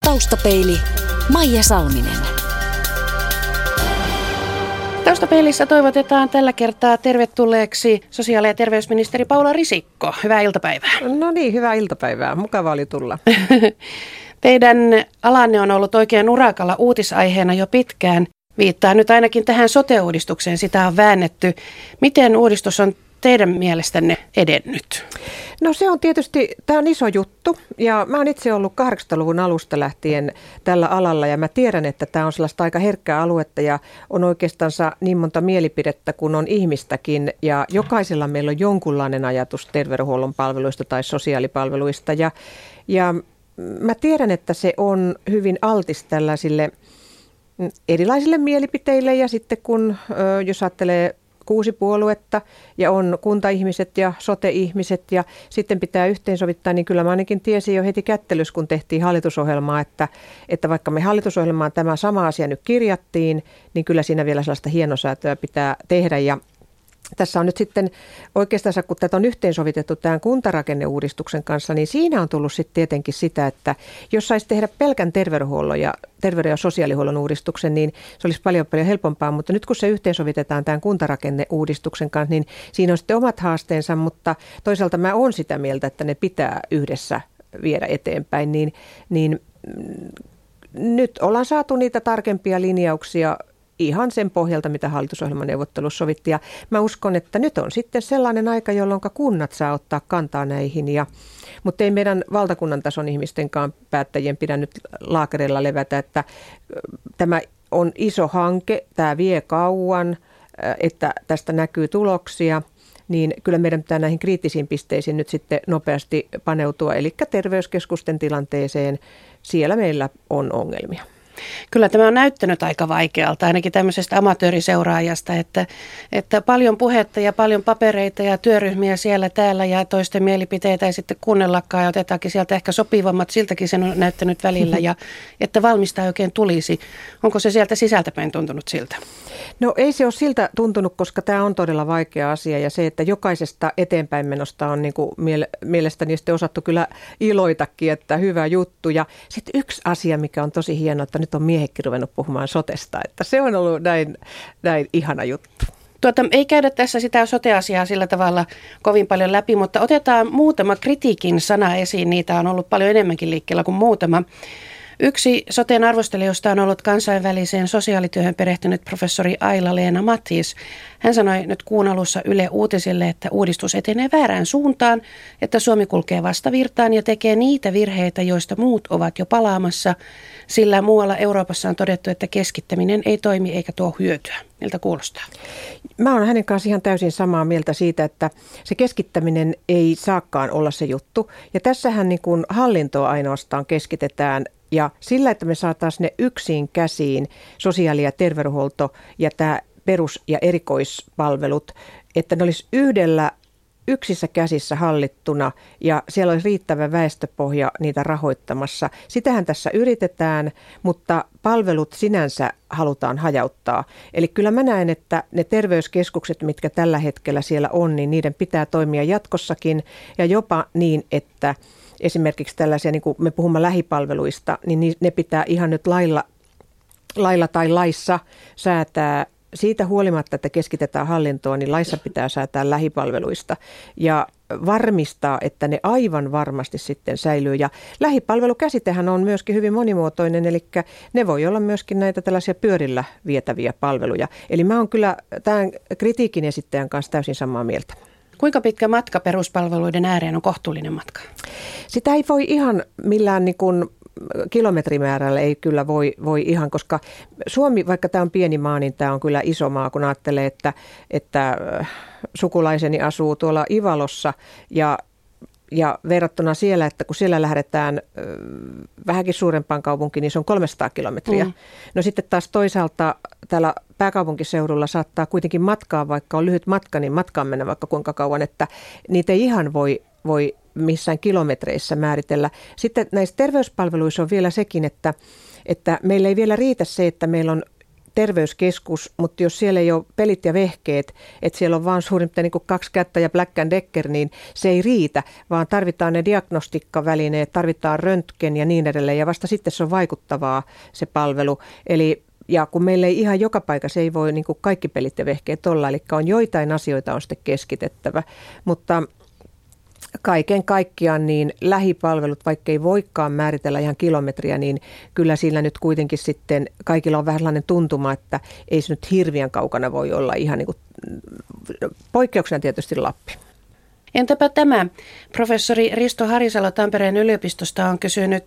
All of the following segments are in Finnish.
Taustapeili, Maija Salminen. Taustapeilissä toivotetaan tällä kertaa tervetulleeksi sosiaali- ja terveysministeri Paula Risikko. Hyvää iltapäivää. No niin, hyvää iltapäivää. Mukava oli tulla. Teidän alanne on ollut oikein urakalla uutisaiheena jo pitkään. Viittaa nyt ainakin tähän sote-uudistukseen, sitä on väännetty. Miten uudistus on teidän mielestänne edennyt? No se on tietysti, tämä on iso juttu ja mä oon itse ollut 80-luvun alusta lähtien tällä alalla ja mä tiedän, että tämä on sellaista aika herkkää aluetta ja on oikeastaan niin monta mielipidettä kuin on ihmistäkin ja jokaisella meillä on jonkunlainen ajatus terveydenhuollon palveluista tai sosiaalipalveluista ja mä tiedän, että se on hyvin altis tällaisille erilaisille mielipiteille ja sitten jos ajattelee 6 puoluetta ja on kuntaihmiset ja sote-ihmiset ja sitten pitää yhteensovittaa, niin kyllä mä ainakin tiesin jo heti kättelys, kun tehtiin hallitusohjelmaa, että vaikka me hallitusohjelmaan tämä sama asia nyt kirjattiin, niin kyllä siinä vielä sellaista hienosäätöä pitää tehdä ja tässä on nyt sitten oikeastaan, kun tätä on yhteensovitettu tämän kuntarakenneuudistuksen kanssa, niin siinä on tullut sitten tietenkin sitä, että jos saisi tehdä pelkän terveyden ja sosiaalihuollon uudistuksen, niin se olisi paljon helpompaa, mutta nyt kun se yhteensovitetaan tämän kuntarakenneuudistuksen kanssa, niin siinä on sitten omat haasteensa, mutta toisaalta mä oon sitä mieltä, että ne pitää yhdessä viedä eteenpäin, niin nyt ollaan saatu niitä tarkempia linjauksia ihan sen pohjalta, mitä hallitusohjelmaneuvottelussa sovittiin. Ja mä uskon, että nyt on sitten sellainen aika, jolloin kunnat saa ottaa kantaa näihin. Mutta ei meidän valtakunnan tason ihmistenkaan päättäjien pidä nyt laakereilla levätä, että tämä on iso hanke, tämä vie kauan, että tästä näkyy tuloksia. Niin kyllä meidän pitää näihin kriittisiin pisteisiin nyt sitten nopeasti paneutua, eli terveyskeskusten tilanteeseen. Siellä meillä on ongelmia. Kyllä tämä on näyttänyt aika vaikealta, ainakin tämmöisestä amatööriseuraajasta, että paljon puhetta ja paljon papereita ja työryhmiä siellä täällä ja toisten mielipiteitä ei sitten kuunnellakaan ja otetaankin sieltä ehkä sopivammat, siltäkin sen on näyttänyt välillä ja että valmista ei oikein tulisi. Onko se sieltä sisältäpäin tuntunut siltä? No ei se ole siltä tuntunut, koska tämä on todella vaikea asia ja se, että jokaisesta eteenpäin menosta on niin kuin mielestäni sitten osattu kyllä iloitakin, että hyvä juttu. Ja sitten yksi asia, mikä on tosi hienoa, että nyt on miehekin ruvennut puhumaan sotesta, että se on ollut näin ihana juttu. Ei käydä tässä sitä sote-asiaa sillä tavalla kovin paljon läpi, mutta otetaan muutama kritiikin sana esiin. Niitä on ollut paljon enemmänkin liikkeellä kuin muutama. Yksi soten arvostelijoista on ollut kansainväliseen sosiaalityöhön perehtynyt professori Aila-Leena Matthies. Hän sanoi nyt kuun alussa Yle Uutisille, että uudistus etenee väärään suuntaan, että Suomi kulkee vastavirtaan ja tekee niitä virheitä, joista muut ovat jo palaamassa, sillä muualla Euroopassa on todettu, että keskittäminen ei toimi eikä tuo hyötyä. Miltä kuulostaa? Mä oon hänen kanssaan ihan täysin samaa mieltä siitä, että se keskittäminen ei saakaan olla se juttu. Ja tässähän niin kuin hallintoa ainoastaan keskitetään ja sillä, että me saataisiin ne yksin käsiin, sosiaali- ja terveydenhuolto ja tämä perus- ja erikoispalvelut, että ne olisi yksissä käsissä hallittuna ja siellä olisi riittävä väestöpohja niitä rahoittamassa. Sitähän tässä yritetään, mutta palvelut sinänsä halutaan hajauttaa. Eli kyllä mä näen, että ne terveyskeskukset, mitkä tällä hetkellä siellä on, niin niiden pitää toimia jatkossakin ja jopa niin, että esimerkiksi tällaisia, niin kuin me puhumme lähipalveluista, niin ne pitää ihan nyt lailla tai laissa säätää. Siitä huolimatta, että keskitetään hallintoa, niin laissa pitää säätää lähipalveluista ja varmistaa, että ne aivan varmasti sitten säilyy. Ja lähipalvelukäsitehän on myöskin hyvin monimuotoinen, eli ne voi olla myöskin näitä tällaisia pyörillä vietäviä palveluja. Eli mä oon kyllä tämän kritiikin esittäjän kanssa täysin samaa mieltä. Kuinka pitkä matka peruspalveluiden ääreen on kohtuullinen matka? Sitä ei voi ihan millään niin kuin kilometrimäärällä ei kyllä voi ihan, koska Suomi, vaikka tämä on pieni maa, niin tämä on kyllä iso maa, kun ajattelee, että sukulaiseni asuu tuolla Ivalossa ja verrattuna siellä, että kun siellä lähdetään vähänkin suurempaan kaupunkiin, niin se on 300 kilometriä. No sitten taas toisaalta täällä pääkaupunkiseudulla saattaa kuitenkin matkaa, vaikka on lyhyt matka, niin matkaan mennä vaikka kuinka kauan, että niitä ei ihan voi missään kilometreissä määritellä. Sitten näissä terveyspalveluissa on vielä sekin, että meillä ei vielä riitä se, että meillä on terveyskeskus, mutta jos siellä ei ole pelit ja vehkeet, että siellä on vaan suurin piirtein niin 2 kättä ja Black & Decker, niin se ei riitä, vaan tarvitaan ne diagnostiikkavälineet, tarvitaan röntgen ja niin edelleen, ja vasta sitten se on vaikuttavaa se palvelu. Ja kun meillä ei ihan joka paikassa ei voi niin kuin kaikki pelit ja vehkeet olla, eli on joitain asioita on sitten keskitettävä, mutta kaiken kaikkiaan niin lähipalvelut, vaikka ei voikaan määritellä ihan kilometriä, niin kyllä sillä nyt kuitenkin sitten kaikilla on vähän sellainen tuntuma, että ei se nyt hirveän kaukana voi olla ihan niin kuin, poikkeuksena tietysti Lappi. Entäpä tämä? Professori Risto Harisalo Tampereen yliopistosta on kysynyt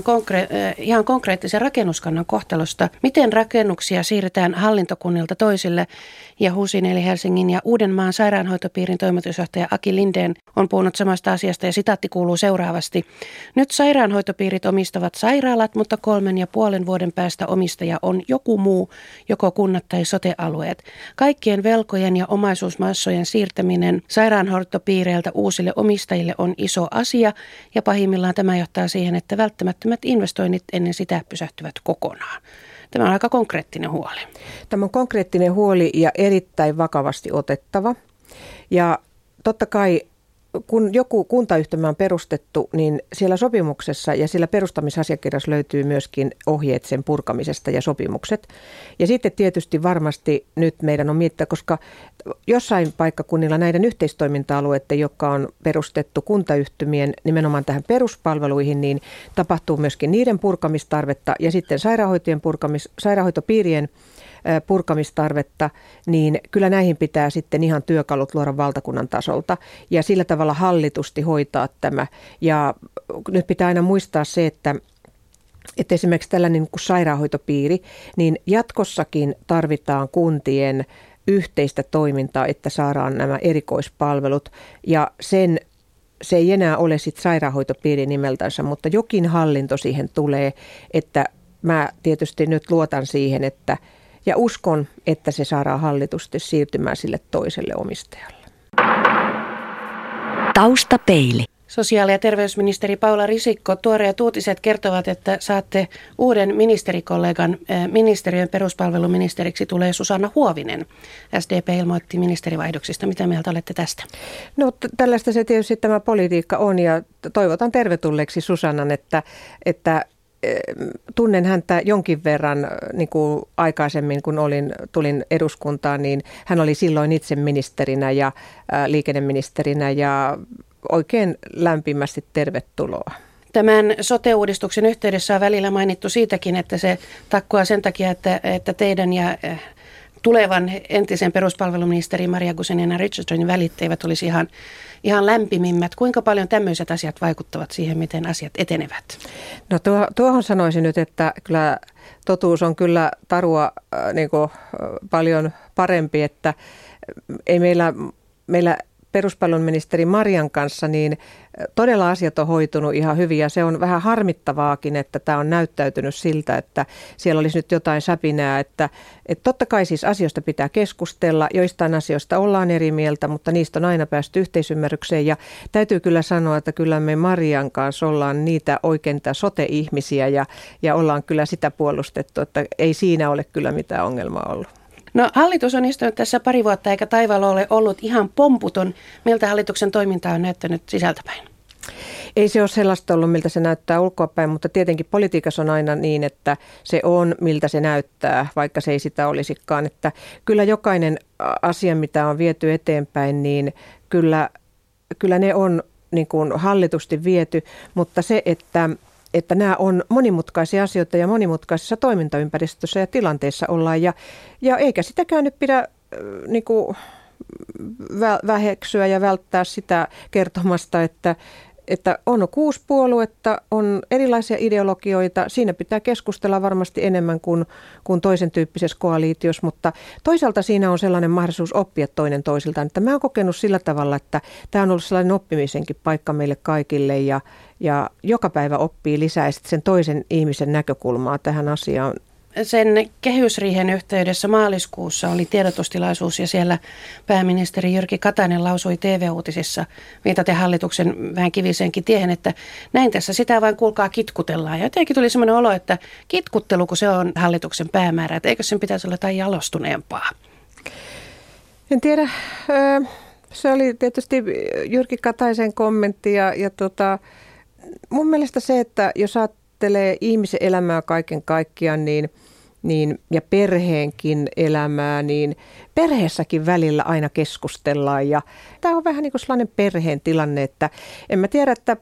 ihan konkreettisen rakennuskannan kohtalosta. Miten rakennuksia siirretään hallintokunnilta toisille? Ja HUSin eli Helsingin ja Uudenmaan sairaanhoitopiirin toimitusjohtaja Aki Lindén on puhunut samasta asiasta ja sitaatti kuuluu seuraavasti. Nyt sairaanhoitopiirit omistavat sairaalat, mutta 3,5 vuoden päästä omistaja on joku muu, joko kunnat tai sote-alueet. Kaikkien velkojen ja omaisuusmassojen siirtäminen sairaanhoitopiireiltä uusille omistajille on iso asia ja pahimmillaan tämä johtaa siihen, että välttämättömät investoinnit ennen sitä pysähtyvät kokonaan. Tämä on aika konkreettinen huoli. Tämä on konkreettinen huoli ja erittäin vakavasti otettava. Ja totta kai, kun joku kuntayhtymä on perustettu, niin siellä sopimuksessa ja siellä perustamisasiakirjassa löytyy myöskin ohjeet sen purkamisesta ja sopimukset. Ja sitten tietysti varmasti nyt meidän on miettiä, koska jossain paikkakunnilla näiden yhteistoiminta-alueiden, jotka on perustettu kuntayhtymien nimenomaan tähän peruspalveluihin, niin tapahtuu myöskin niiden purkamistarvetta ja sitten sairaanhoitopiirien purkamistarvetta, niin kyllä näihin pitää sitten ihan työkalut luoda valtakunnan tasolta ja sillä tavalla hallitusti hoitaa tämä. Ja nyt pitää aina muistaa se, että esimerkiksi tällainen niin kuin sairaanhoitopiiri, niin jatkossakin tarvitaan kuntien yhteistä toimintaa, että saadaan nämä erikoispalvelut ja se ei enää ole sitten sairaanhoitopiiri nimeltänsä, mutta jokin hallinto siihen tulee, että mä tietysti nyt luotan siihen, ja uskon, että se saadaan hallitusti siirtymään sille toiselle omistajalle. Taustapeili. Sosiaali- ja terveysministeri Paula Risikko, tuoreet uutiset kertovat, että saatte uuden ministerikollegan. Ministeriön peruspalveluministeriksi tulee Susanna Huovinen. SDP ilmoitti ministerivaihdoksista. Mitä mieltä olette tästä? No tällaista se tietysti tämä politiikka on ja toivotan tervetulleeksi Susannan, että tunnen häntä jonkin verran niin kuin aikaisemmin, kun tulin eduskuntaan, niin hän oli silloin itse ministerinä ja liikenneministerinä ja oikein lämpimästi tervetuloa. Tämän sote-uudistuksen yhteydessä on välillä mainittu siitäkin, että se takkuaa sen takia, että teidän ja tulevan entisen peruspalveluministeri Maria Guzenina Richardsonin välit eivät olisi ihan lämpimimmät. Kuinka paljon tämmöiset asiat vaikuttavat siihen, miten asiat etenevät? No tuohon sanoisin nyt, että kyllä totuus on kyllä tarua niin kuin paljon parempi, että ei meillä peruspalveluministeri Marian kanssa, niin todella asiat on hoitunut ihan hyvin ja se on vähän harmittavaakin, että tämä on näyttäytynyt siltä, että siellä olisi nyt jotain säpinää, että totta kai siis asioista pitää keskustella, joistain asioista ollaan eri mieltä, mutta niistä on aina päästy yhteisymmärrykseen ja täytyy kyllä sanoa, että kyllä me Marian kanssa ollaan niitä oikein sote-ihmisiä ja ollaan kyllä sitä puolustettu, että ei siinä ole kyllä mitään ongelmaa ollut. No hallitus on istunut tässä pari vuotta eikä taivaalla ole ollut ihan pomputon. Miltä hallituksen toiminta on näyttänyt sisältäpäin? Ei se ole sellaista ollut, miltä se näyttää ulkoapäin, mutta tietenkin politiikassa on aina niin, että se on, miltä se näyttää, vaikka se ei sitä olisikaan. Että kyllä jokainen asia, mitä on viety eteenpäin, niin kyllä ne on niin kuin hallitusti viety, mutta se, että nämä on monimutkaisia asioita ja monimutkaisessa toimintaympäristössä ja tilanteessa ollaan. Ja eikä sitäkään nyt pidä niin kuin väheksyä ja välttää sitä kertomasta, että on 6 puoluetta, on erilaisia ideologioita. Siinä pitää keskustella varmasti enemmän kuin toisen tyyppisessä koaliitiossa, mutta toisaalta siinä on sellainen mahdollisuus oppia toinen toisiltaan. Että mä oon kokenut sillä tavalla, että tämä on ollut sellainen oppimisenkin paikka meille kaikille ja joka päivä oppii lisää sen toisen ihmisen näkökulmaa tähän asiaan. sen kehysriihen yhteydessä maaliskuussa oli tiedotustilaisuus ja siellä pääministeri Jyrki Katainen lausui TV-uutisissa viitaten hallituksen vähän kiviseenkin tiehen, että näin tässä sitä vain kuulkaa kitkutellaan. Ja jotenkin tuli sellainen olo, että kitkuttelu, kun se on hallituksen päämäärä, että eikö sen pitäisi olla jotain jalostuneempaa? En tiedä. Se oli tietysti Jyrki Kataisen kommentti ja mun mielestä se, että jos ajattelee ihmisen elämää kaiken kaikkiaan ja perheenkin elämää, niin perheessäkin välillä aina keskustellaan ja tämä on vähän niin kuin sellainen perheen tilanne, että en mä tiedä, että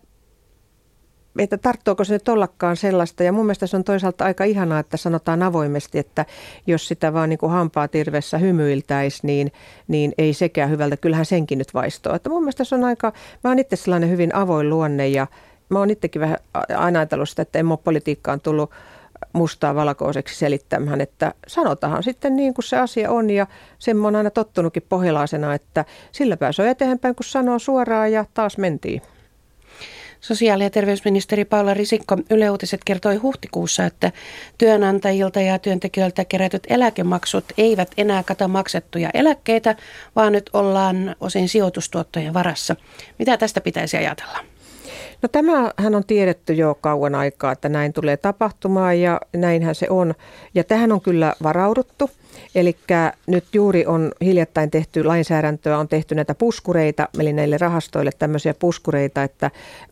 tarttuuko se nyt ollakaan sellaista ja mun mielestä se on toisaalta aika ihanaa, että sanotaan avoimesti, että jos sitä vaan niin kuin hampaa tirvessä hymyiltäisi, niin ei sekään hyvältä, kyllähän senkin nyt vaistoo. Että mun mielestä se on mä oon itse sellainen hyvin avoin luonne ja mä oon itsekin vähän aina ajatellut sitä, että en ole politiikkaan tullut mustaa valkoiseksi selittämään, että sanotahan sitten niin kuin se asia on ja sen mä oon aina tottunutkin pohjalaisena, että sillä pääsee eteenpäin, kun sanoo suoraan ja taas mentiin. Sosiaali- ja terveysministeri Paula Risikko Yle Uutiset kertoi huhtikuussa, että työnantajilta ja työntekijöiltä kerätyt eläkemaksut eivät enää kata maksettuja eläkkeitä, vaan nyt ollaan osin sijoitustuottojen varassa. Mitä tästä pitäisi ajatella? No tämähän on tiedetty jo kauan aikaa, että näin tulee tapahtumaan ja näinhän se on. Ja tähän on kyllä varauduttu. Eli nyt juuri on hiljattain tehty lainsäädäntöä, on tehty näitä puskureita, eli näille rahastoille tämmöisiä puskureita, että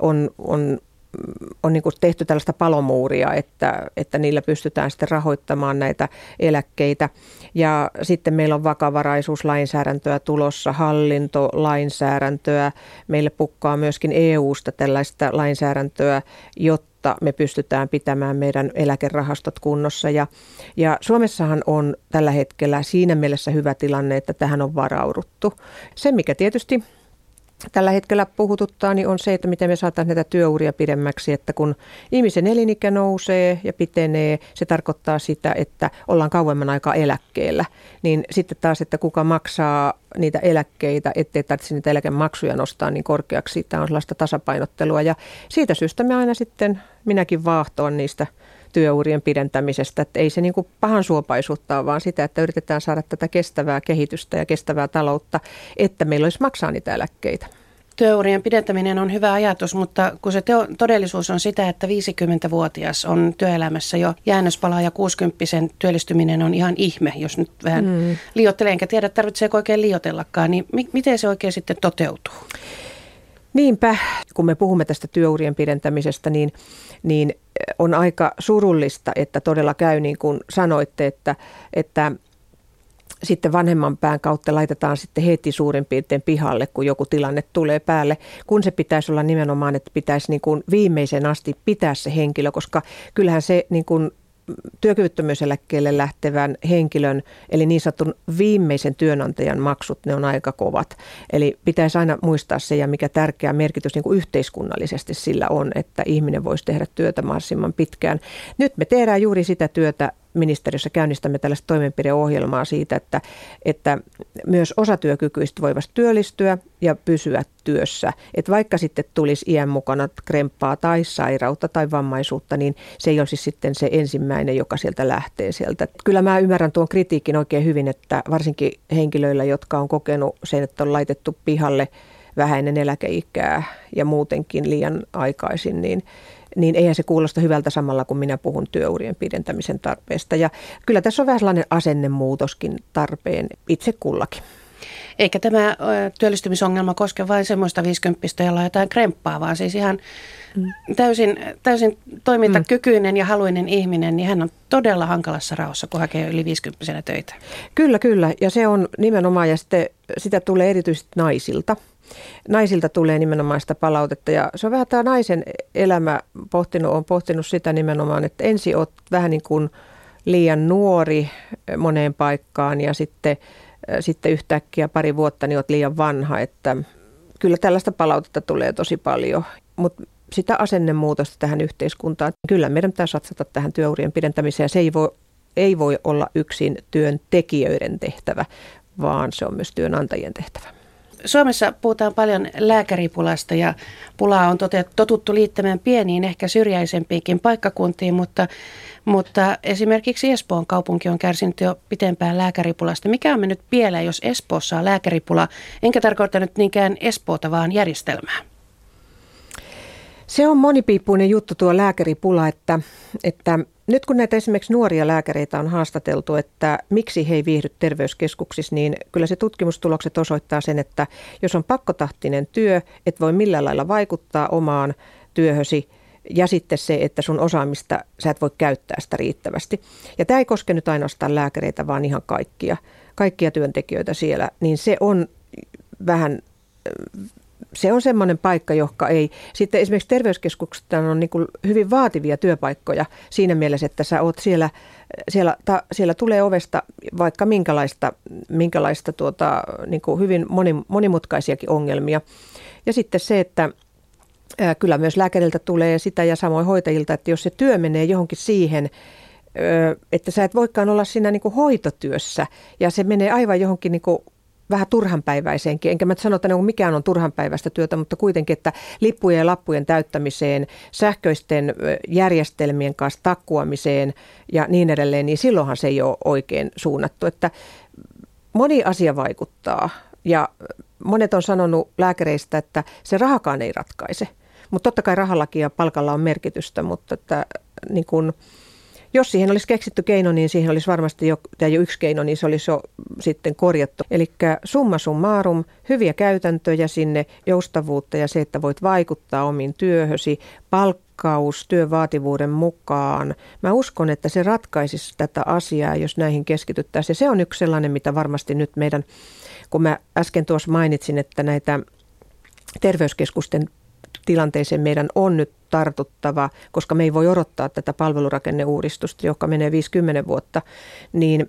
on niin kuin tehty tällaista palomuuria, että niillä pystytään sitten rahoittamaan näitä eläkkeitä. Ja sitten meillä on vakavaraisuuslainsäädäntöä tulossa, hallintolainsäädäntöä. Meille pukkaa myöskin EU:sta tällaista lainsäädäntöä, jotta me pystytään pitämään meidän eläkerahastot kunnossa. Ja Suomessahan on tällä hetkellä siinä mielessä hyvä tilanne, että tähän on varauduttu. Se, mikä tietysti tällä hetkellä puhututtaa, niin on se, että miten me saataisiin näitä työuria pidemmäksi, että kun ihmisen elinikä nousee ja pitenee, se tarkoittaa sitä, että ollaan kauemman aikaa eläkkeellä. Niin sitten taas, että kuka maksaa niitä eläkkeitä, ettei tarvitse niitä eläkemaksuja nostaa niin korkeaksi. Tämä on sellaista tasapainottelua ja siitä syystä me aina sitten minäkin vaahtoon niistä työurien pidentämisestä, että ei se niin kuin pahan suopaisuutta, vaan sitä, että yritetään saada tätä kestävää kehitystä ja kestävää taloutta, että meillä olisi maksaa niitä eläkkeitä. Työurien pidentäminen on hyvä ajatus, mutta kun se todellisuus on sitä, että 50-vuotias on työelämässä jo jäännöspalaa ja 60-vuotiaan työllistyminen on ihan ihme, jos nyt vähän liioittelee, enkä tiedä, tarvitseeko oikein liioitellakaan, niin miten se oikein sitten toteutuu? Niinpä, kun me puhumme tästä työurien pidentämisestä, niin on aika surullista, että todella käy niin kuin sanoitte, että sitten vanhemman pään kautta laitetaan sitten heti suurin piirtein pihalle, kun joku tilanne tulee päälle, kun se pitäisi olla nimenomaan, että pitäisi niin kuin viimeisen asti pitää se henkilö, koska kyllähän se niin kuin työkyvyttömyyseläkkeelle lähtevän henkilön, eli niin sanotun viimeisen työnantajan maksut, ne on aika kovat. Eli pitäisi aina muistaa se, ja mikä tärkeä merkitys niin kuin yhteiskunnallisesti sillä on, että ihminen voisi tehdä työtä mahdollisimman pitkään. Nyt me tehdään juuri sitä työtä, ministeriössä käynnistämme tällaista toimenpideohjelmaa siitä, että myös osatyökykyiset voivat työllistyä ja pysyä työssä. Että vaikka sitten tulisi iän mukana kremppaa tai sairautta tai vammaisuutta, niin se ei olisi sitten se ensimmäinen, joka sieltä lähtee sieltä. Kyllä mä ymmärrän tuon kritiikin oikein hyvin, että varsinkin henkilöillä, jotka on kokenut sen, että on laitettu pihalle vähäinen eläkeikää ja muutenkin liian aikaisin, niin eihän se kuulosta hyvältä samalla, kun minä puhun työurien pidentämisen tarpeesta. Ja kyllä tässä on vähän sellainen asennemuutoskin tarpeen itse kullakin. Eikä tämä työllistymisongelma koske vain semmoista 50, jolla on jotain kremppaa, vaan siis ihan täysin toimintakykyinen ja haluinen ihminen, niin hän on todella hankalassa raossa, kun hakee yli 50 töitä. Kyllä. Ja se on nimenomaan, ja sitä tulee erityisesti naisilta. Naisilta tulee nimenomaan sitä palautetta ja se on vähän tämä naisen elämä on pohtinut sitä nimenomaan, että ensin olet vähän niin kuin liian nuori moneen paikkaan ja sitten yhtäkkiä pari vuotta niin olet liian vanha, että kyllä tällaista palautetta tulee tosi paljon, mutta sitä asennemuutosta tähän yhteiskuntaan, kyllä meidän pitää satsata tähän työurien pidentämiseen ja se ei voi olla yksin työntekijöiden tehtävä, vaan se on myös työnantajien tehtävä. Suomessa puhutaan paljon lääkäripulasta ja pulaa on totuttu liittämään pieniin, ehkä syrjäisempiinkin paikkakuntiin, mutta esimerkiksi Espoon kaupunki on kärsinyt jo pitempään lääkäripulasta. Mikä on mennyt pieleen, jos Espoossa on lääkäripula? Enkä tarkoita nyt niinkään Espoota, vaan järjestelmää. Se on monipiippuinen juttu tuo lääkäripula, että nyt kun näitä esimerkiksi nuoria lääkäreitä on haastateltu, että miksi he ei viihdy terveyskeskuksissa, niin kyllä se tutkimustulokset osoittaa sen, että jos on pakkotahtinen työ, et voi millään lailla vaikuttaa omaan työhösi ja sitten se, että sun osaamista, sä et voi käyttää sitä riittävästi. Ja tämä ei koske nyt ainoastaan lääkäreitä, vaan ihan kaikkia työntekijöitä siellä, niin se on vähän... Se on semmoinen paikka, joka ei... Sitten esimerkiksi terveyskeskukset on niin kuin hyvin vaativia työpaikkoja siinä mielessä, että sä oot siellä tulee ovesta vaikka minkälaista niin kuin hyvin monimutkaisiakin ongelmia. Ja sitten se, että kyllä myös lääkäriltä tulee sitä ja samoin hoitajilta, että jos se työ menee johonkin siihen, että sä et voikaan olla siinä niin kuin hoitotyössä ja se menee aivan johonkin niin kuin vähän turhanpäiväiseenkin. Enkä mä sano, että mikään on turhanpäiväistä työtä, mutta kuitenkin, että lippujen ja lappujen täyttämiseen, sähköisten järjestelmien kanssa takkuamiseen ja niin edelleen, niin silloinhan se ei ole oikein suunnattu. Että moni asia vaikuttaa ja monet on sanonut lääkäreistä, että se rahakaan ei ratkaise. Mutta totta kai rahallakin ja palkalla on merkitystä, mutta että niin kun, jos siihen olisi keksitty keino, niin siihen olisi varmasti jo yksi keino, niin se olisi jo sitten korjattu. Eli summa summarum, hyviä käytäntöjä sinne, joustavuutta ja se, että voit vaikuttaa omiin työhösi, palkkaus työn vaativuuden mukaan. Mä uskon, että se ratkaisisi tätä asiaa, jos näihin keskityttäisiin. Ja se on yksi sellainen, mitä varmasti nyt meidän, kun mä äsken tuossa mainitsin, että näitä terveyskeskusten tilanteeseen meidän on nyt tartuttava, koska me ei voi odottaa tätä palvelurakenneuudistusta, joka menee 50 vuotta, niin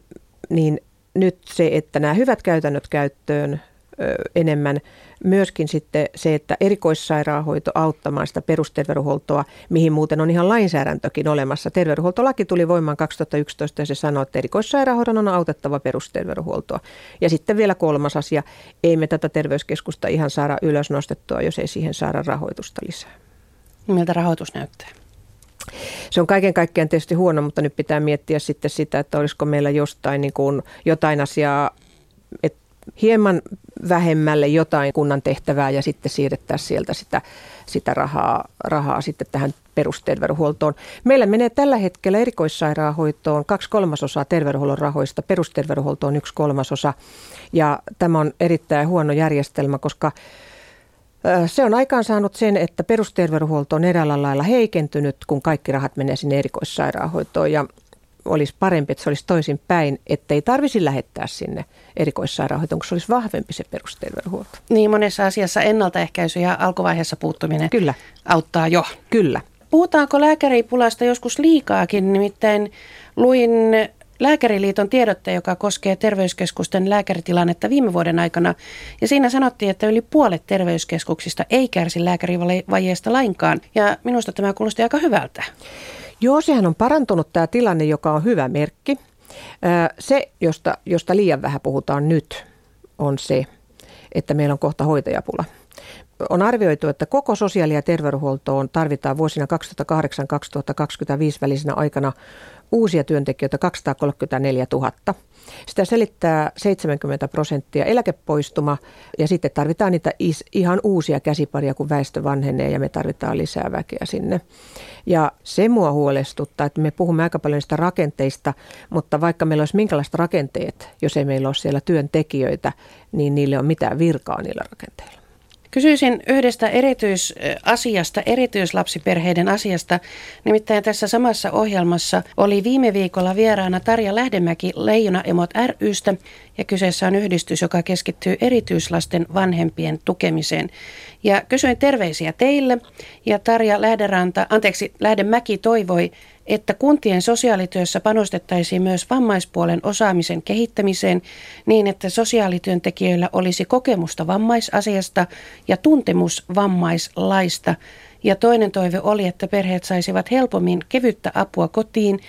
nyt se, että nämä hyvät käytännöt käyttöön enemmän, myöskin sitten se, että erikoissairaanhoito auttamaan sitä perusterveydenhuoltoa, mihin muuten on ihan lainsäädäntökin olemassa. Terveydenhuoltolaki tuli voimaan 2011 ja se sanoo, että erikoissairaanhoidon on autettava perusterveydenhuoltoa. Ja sitten vielä kolmas asia, ei me tätä terveyskeskusta ihan saada ylös nostettua, jos ei siihen saada rahoitusta lisää. Miltä rahoitus näyttää? Se on kaiken kaikkiaan tietysti huono, mutta nyt pitää miettiä sitten sitä, että olisiko meillä jostain niin kuin jotain asiaa, että hieman vähemmälle jotain kunnan tehtävää ja sitten siirrettäisiin sieltä sitä rahaa sitten tähän perusterveydenhuoltoon. Meillä menee tällä hetkellä erikoissairaanhoitoon 2/3 terveydenhuollon rahoista, perusterveydenhuoltoon 1/3 ja tämä on erittäin huono järjestelmä, koska se on aikaansaanut sen, että perusterveydenhuolto on eräällä lailla heikentynyt, kun kaikki rahat menee sinne erikoissairaanhoitoon ja olisi parempi, että se olisi toisin päin, ettei tarvitsisi lähettää sinne erikoissairaanhoitoon, kun se olisi vahvempi se perusterveydenhuolto. Niin, monessa asiassa ennaltaehkäisy ja alkuvaiheessa puuttuminen kyllä auttaa jo. Kyllä. Puhutaanko lääkäripulasta joskus liikaakin? Nimittäin luin Lääkäriliiton tiedotteen, joka koskee terveyskeskusten lääkäritilannetta viime vuoden aikana. Ja siinä sanottiin, että yli puolet terveyskeskuksista ei kärsi lääkärivajeesta lainkaan. Ja minusta tämä kuulosti aika hyvältä. Joo, sehän on parantunut tämä tilanne, joka on hyvä merkki. Se, josta liian vähän puhutaan nyt, on se, että meillä on kohta hoitajapula. On arvioitu, että koko sosiaali- ja terveydenhuoltoon tarvitaan vuosina 2008-2025 välisenä aikana uusia työntekijöitä 234 000. Sitä selittää 70% eläkepoistuma ja sitten tarvitaan niitä ihan uusia käsiparia, kun väestö vanhenee ja me tarvitaan lisää väkeä sinne. Ja se mua huolestuttaa, että me puhumme aika paljon niistä rakenteista, mutta vaikka meillä olisi minkälaiset rakenteet, jos ei meillä ole siellä työntekijöitä, niin niille on mitään virkaa niillä rakenteilla. Kysyisin yhdestä erityisasiasta, erityislapsiperheiden asiasta. Nimittäin tässä samassa ohjelmassa oli viime viikolla vieraana Tarja Lähdemäki Leijona-emot ry:stä ja kyseessä on yhdistys, joka keskittyy erityislasten vanhempien tukemiseen. Ja kysyin terveisiä teille ja Tarja Lähdemäki toivoi, että kuntien sosiaalityössä panostettaisiin myös vammaispuolen osaamisen kehittämiseen niin, että sosiaalityöntekijöillä olisi kokemusta vammaisasiasta ja tuntemus vammaislaista. Ja toinen toive oli, että perheet saisivat helpommin kevyttä apua kotiin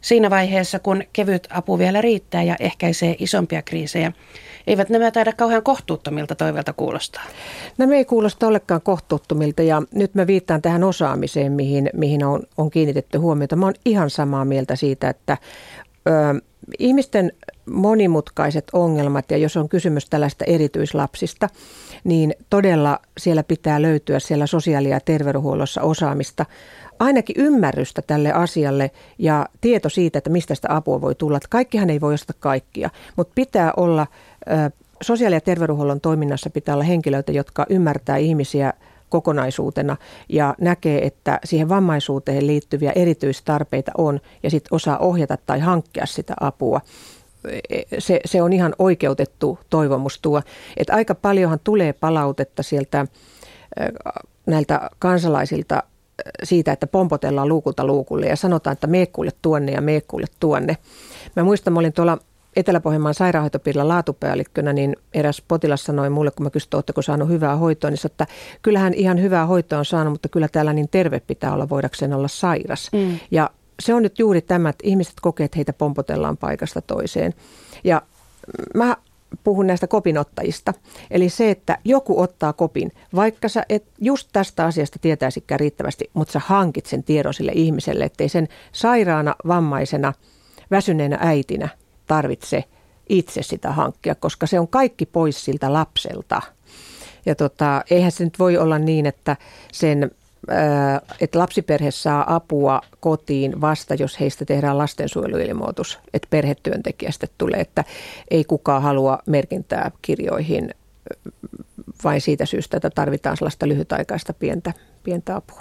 siinä vaiheessa, kun kevyt apu vielä riittää ja ehkäisee isompia kriisejä. Eivät nämä taida kauhean kohtuuttomilta toiveilta kuulostaa. Nämä ei kuulosta ollenkaan kohtuuttomilta ja nyt mä viittaan tähän osaamiseen, mihin on kiinnitetty huomiota. Mä oon ihan samaa mieltä siitä, että ihmisten monimutkaiset ongelmat ja jos on kysymys tällaista erityislapsista, niin todella siellä pitää löytyä siellä sosiaali- ja terveydenhuollossa osaamista, ainakin ymmärrystä tälle asialle ja tieto siitä, että mistä sitä apua voi tulla. Että kaikkihan ei voi osata kaikkia, mutta pitää olla, sosiaali- ja terveydenhuollon toiminnassa pitää olla henkilöitä, jotka ymmärtää ihmisiä kokonaisuutena ja näkee, että siihen vammaisuuteen liittyviä erityistarpeita on ja sitten osaa ohjata tai hankkia sitä apua. Se on ihan oikeutettu toivomus tuo, että aika paljonhan tulee palautetta sieltä näiltä kansalaisilta siitä, että pompotellaan luukulta luukulle ja sanotaan, että mee kuule tuonne ja mee kuule tuonne. Mä muistan, mä olin tuolla Etelä-Pohjanmaan sairaanhoitopiirillä laatupäällikkönä, niin eräs potilas sanoi mulle, kun mä kysyin, että oletteko saanut hyvää hoitoa, niin sanoi, että kyllähän ihan hyvää hoitoa on saanut, mutta kyllä täällä niin terve pitää olla, voidakseen olla sairas. Ja se on nyt juuri tämä, että ihmiset kokee, että heitä pompotellaan paikasta toiseen. Ja mä puhun näistä kopinottajista. Eli se, että joku ottaa kopin, vaikka sä et just tästä asiasta tietäisikään riittävästi, mutta sä hankit sen tiedon sille ihmiselle, ettei sen sairaana, vammaisena, väsyneenä äitinä tarvitse itse sitä hankkia, koska se on kaikki pois siltä lapselta. Ja eihän se nyt voi olla niin, että että lapsiperhe saa apua kotiin vasta, jos heistä tehdään lastensuojeluilmoitus, että perhetyöntekijästä tulee, että ei kukaan halua merkintää kirjoihin vain siitä syystä, että tarvitaan sellaista lyhytaikaista pientä apua.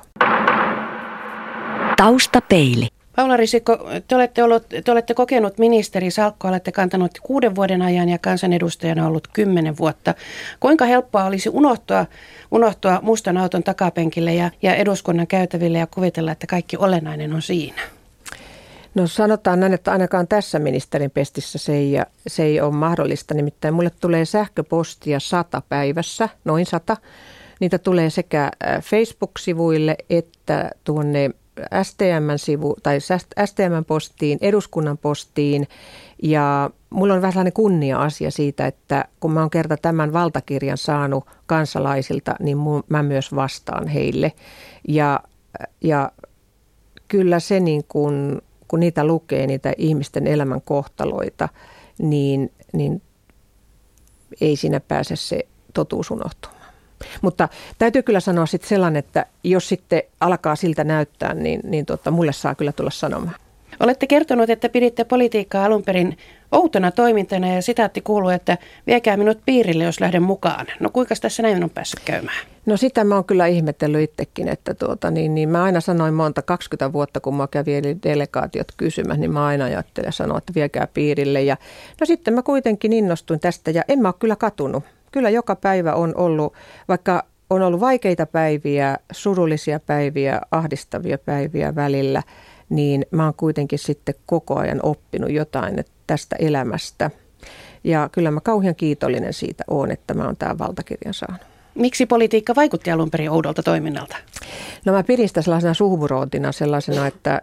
Taustapeili. Paula Risikko, te olette kokenut ministeri salkkua, olette kantanut 6 vuoden ajan ja kansanedustajana ollut 10 vuotta. Kuinka helppoa olisi unohtua mustan auton takapenkille ja eduskunnan käytäville ja kuvitella, että kaikki olennainen on siinä? No sanotaan näin, että ainakaan tässä ministerin pestissä se ei ole mahdollista. Nimittäin mulle tulee sähköpostia 100 päivässä, noin 100. Niitä tulee sekä Facebook-sivuille että tuonne STM-sivu tai STM-postiin, eduskunnan postiin ja mulla on vähän sellainen kunnia-asia siitä, että kun mä oon kerta tämän valtakirjan saanut kansalaisilta, niin mä myös vastaan heille ja kyllä se niin kun niitä lukee, niitä ihmisten elämän kohtaloita, niin ei siinä pääse se totuus unohtumaan. Mutta täytyy kyllä sanoa sitten sellainen, että jos sitten alkaa siltä näyttää, niin mulle saa kyllä tulla sanomaan. Olette kertonut, että piditte politiikkaa alun perin outona toimintana ja sitaatti kuuluu, että viekää minut piirille, jos lähden mukaan. No kuinka tässä näin on päässyt käymään? No sitä mä oon kyllä ihmetellyt itsekin, että mä aina sanoin 20 vuotta, kun mä kävin delegaatiot kysymään, niin mä aina ajattelin sanoa, että viekää piirille. Ja no sitten mä kuitenkin innostuin tästä ja en mä ole kyllä katunut. Kyllä joka päivä on ollut, vaikka on ollut vaikeita päiviä, surullisia päiviä, ahdistavia päiviä välillä, niin mä oon kuitenkin sitten koko ajan oppinut jotain tästä elämästä. Ja kyllä mä kauhean kiitollinen siitä oon, että mä oon tämän valtakirjan saanut. Miksi politiikka vaikutti alun perin oudolta toiminnalta? No mä pidin sitä sellaisena suhmuroontina sellaisena, että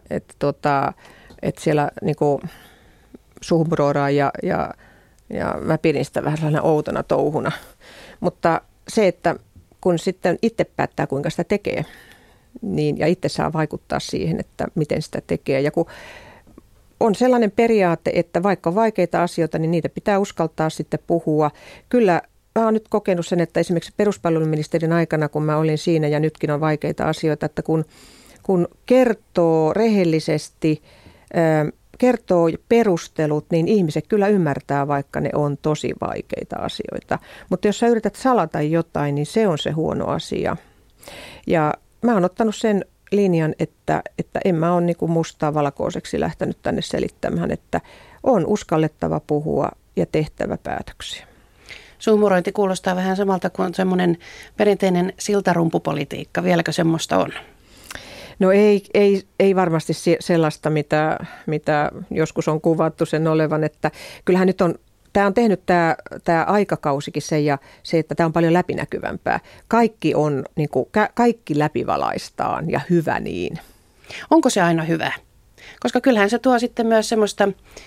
siellä niinku suhmuroidaan ja mä pidin sitä vähän sellaisena outona touhuna. Mutta se, että kun sitten itse päättää, kuinka sitä tekee, niin, ja itse saa vaikuttaa siihen, että miten sitä tekee. Ja kun on sellainen periaate, että vaikka on vaikeita asioita, niin niitä pitää uskaltaa sitten puhua. Kyllä mä oon nyt kokenut sen, että esimerkiksi peruspalveluministerin aikana, kun mä olin siinä ja nytkin on vaikeita asioita, että kun kertoo rehellisesti, kertoo perustelut, niin ihmiset kyllä ymmärtää, vaikka ne on tosi vaikeita asioita. Mutta jos sä yrität salata jotain, niin se on se huono asia. Ja mä oon ottanut sen linjan, että en mä ole niinku mustaa valkoiseksi lähtenyt tänne selittämään, että on uskallettava puhua ja tehtävä päätöksiä. Suhmurointi kuulostaa vähän samalta kuin semmoinen perinteinen siltarumpupolitiikka. Vieläkö semmoista on? No ei varmasti sellaista, mitä joskus on kuvattu sen olevan, että kyllähän nyt tämä on tehnyt tämä aikakausikin se ja se, että tämä on paljon läpinäkyvämpää. Kaikki on, niin kuin, kaikki läpivalaistaan ja hyvä niin. Onko se aina hyvä? Koska kyllähän se tuo sitten myös semmoista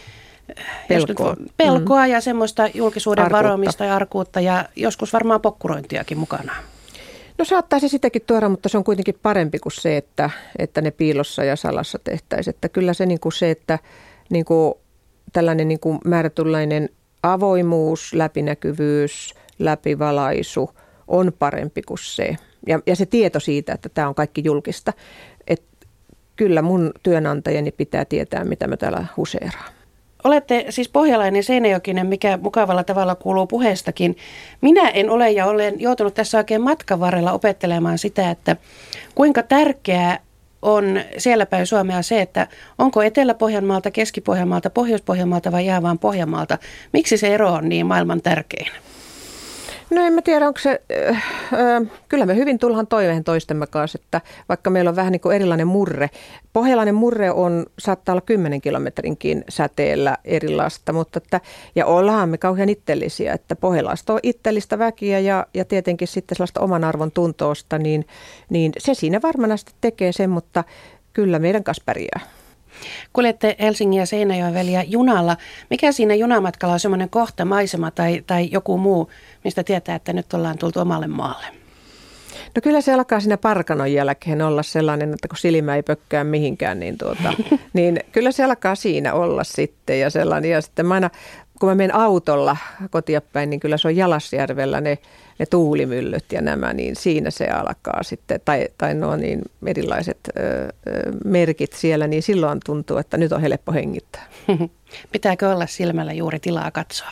pelkoa ja semmoista julkisuuden varomista ja arkuutta ja joskus varmaan pokkurointiakin mukanaan. No saattaa se sitäkin tuoda, mutta se on kuitenkin parempi kuin se, että ne piilossa ja salassa tehtäisiin. Että kyllä se, niin kuin se että niin kuin tällainen niin kuin määrätynlainen avoimuus, läpinäkyvyys, läpivalaisu on parempi kuin se. Ja se tieto siitä, että tämä on kaikki julkista. Että kyllä mun työnantajani pitää tietää, mitä mä täällä huseeraan. Olette siis pohjalainen seinäjokinen, mikä mukavalla tavalla kuuluu puheestakin. Minä en ole ja olen joutunut tässä oikein matkan varrella opettelemaan sitä, että kuinka tärkeää on siellä päin Suomea se, että onko Etelä-Pohjanmaalta, Keski-Pohjanmaalta, Pohjois-Pohjanmaalta vai jää vaan Pohjanmaalta. Miksi se ero on niin maailman tärkein? No en mä tiedä, onko se, kyllä me hyvin tullaan toimeen toistemme kanssa, että vaikka meillä on vähän niin kuin erilainen murre. Pohjalainen murre saattaa olla 10 kilometrinkin säteellä erilaista, mutta ja ollaan me kauhean itsellisiä, että pohjalaista on itsellistä väkiä ja tietenkin sitten sellaista oman arvon tuntoosta, niin se siinä varmana sitten tekee sen, mutta kyllä meidän kanssa pärjää. Kuljette Helsingin ja Seinäjoen väliä junalla. Mikä siinä junamatkalla on semmoinen kohta, maisema tai joku muu, mistä tietää, että nyt ollaan tultu omalle maalle? No kyllä se alkaa siinä Parkanon jälkeen olla sellainen, että kun silmä ei pökkää mihinkään, niin kyllä se alkaa siinä olla sitten. Ja sitten mä aina, kun mä menen autolla kotiapäin, niin kyllä se on Jalasjärvellä ne tuulimyllyt ja nämä, niin siinä se alkaa sitten, tai nuo niin erilaiset merkit siellä, niin silloin tuntuu, että nyt on helppo hengittää. Pitääkö olla silmällä juuri tilaa katsoa?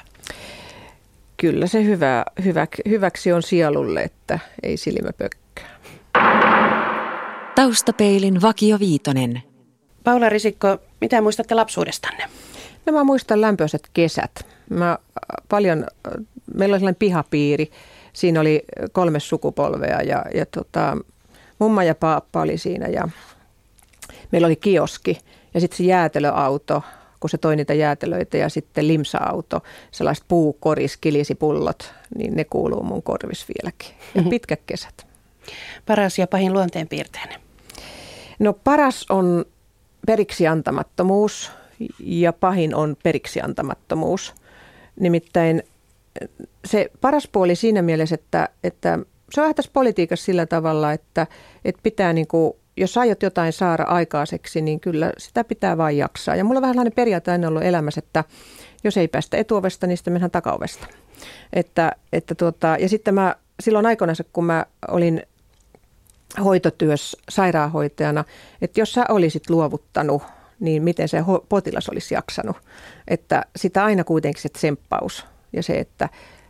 Kyllä se hyväksi on sielulle, että ei silmä pökkää. Taustapeilin Vakio Viitonen. Paula Risikko, mitä muistatte lapsuudestanne? No mä muistan lämpöiset kesät. Meillä oli sellainen pihapiiri. Siinä oli 3 sukupolvea ja mumma ja paappa oli siinä ja meillä oli kioski ja sitten se jäätelöauto, kun se toi niitä jäätelöitä ja sitten limsa-auto, sellaiset puukoriskilisipullot, niin ne kuuluu mun korvis vieläkin. Ja pitkät kesät. Paras ja pahin luonteenpiirteenne? No paras on periksi antamattomuus ja pahin on periksi antamattomuus. Nimittäin se paras puoli siinä mielessä, että se on vähän tässä politiikassa sillä tavalla, että pitää niin kuin, jos aiot jotain saada aikaiseksi, niin kyllä sitä pitää vain jaksaa. Ja mulla on vähän sellainen periaate aina ollut elämässä, että jos ei päästä etuovesta, niin sitten mennään takaovesta. Ja sitten mä silloin aikoinaan, kun mä olin hoitotyössä sairaanhoitajana, että jos sä olisit luovuttanut, niin miten se potilas olisi jaksanut. Että sitä aina kuitenkin se tsemppaus ja se, että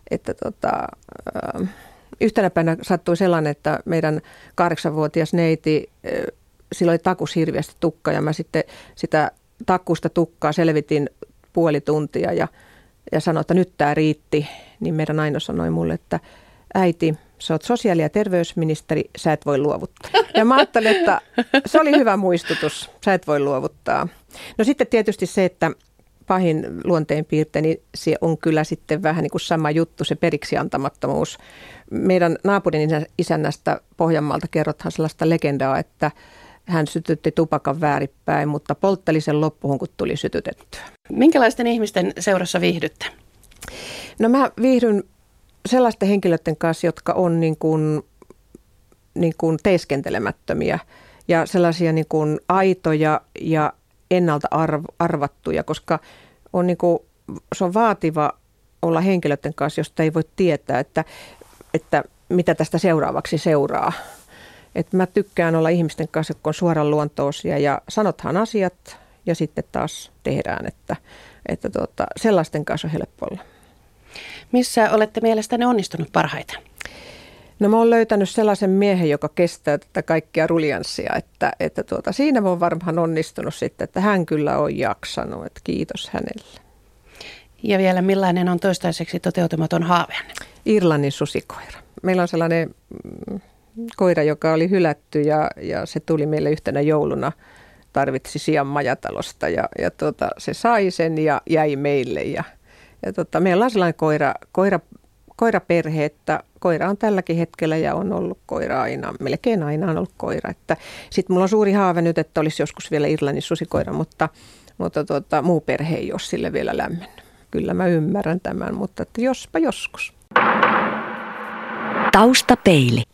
yhtenä päivänä sattui sellainen, että meidän 8-vuotias neiti, sillä oli takus hirveästi tukka ja mä sitten sitä takkusta tukkaa selvitin puoli tuntia ja sanoin, että nyt tämä riitti. Niin meidän naino sanoi mulle, että äiti, sä oot sosiaali- ja terveysministeri, sä et voi luovuttaa. Ja mä ajattelin, että se oli hyvä muistutus, sä et voi luovuttaa. No sitten tietysti se, että pahin luonteenpiirte, niin se on kyllä sitten vähän niin kuin sama juttu, se periksi antamattomuus. Meidän naapurin isännästä Pohjanmaalta kerrotaan sellaista legendaa, että hän sytytti tupakan väärinpäin, mutta poltteli sen loppuun, kun tuli sytytettyä. Minkälaisten ihmisten seurassa viihdytte? No mä viihdyn sellaisten henkilöiden kanssa, jotka on niin kuin teeskentelemättömiä ja sellaisia niin kuin aitoja ja ennalta arvattuja, koska on niin kuin, se on vaativa olla henkilöiden kanssa, josta ei voi tietää, että mitä tästä seuraavaksi seuraa. Et mä tykkään olla ihmisten kanssa, jotka on suoran luontoisia ja sanothan asiat ja sitten taas tehdään, että sellaisten kanssa on helppo olla. Missä olette mielestäni onnistunut parhaiten? No mä oon löytänyt sellaisen miehen, joka kestää tätä kaikkia ruljanssia, että siinä mä oon varmaan onnistunut sitten, että hän kyllä on jaksanut, että kiitos hänelle. Ja vielä millainen on toistaiseksi toteutumaton haaveenne? Irlannin susikoira. Meillä on sellainen koira, joka oli hylätty ja se tuli meille yhtenä jouluna, tarvitsi sian majatalosta ja se sai sen ja jäi meille ja meillä on sellainen koiraperhettä. Koira on tälläkin hetkellä ja on ollut koira aina, melkein aina on ollut koira. Sitten mulla on suuri haave nyt, että olisi joskus vielä Irlannin susikoira, mutta muu perhe ei ole sille vielä lämmennyt. Kyllä mä ymmärrän tämän, mutta että jospa joskus. Taustapeili.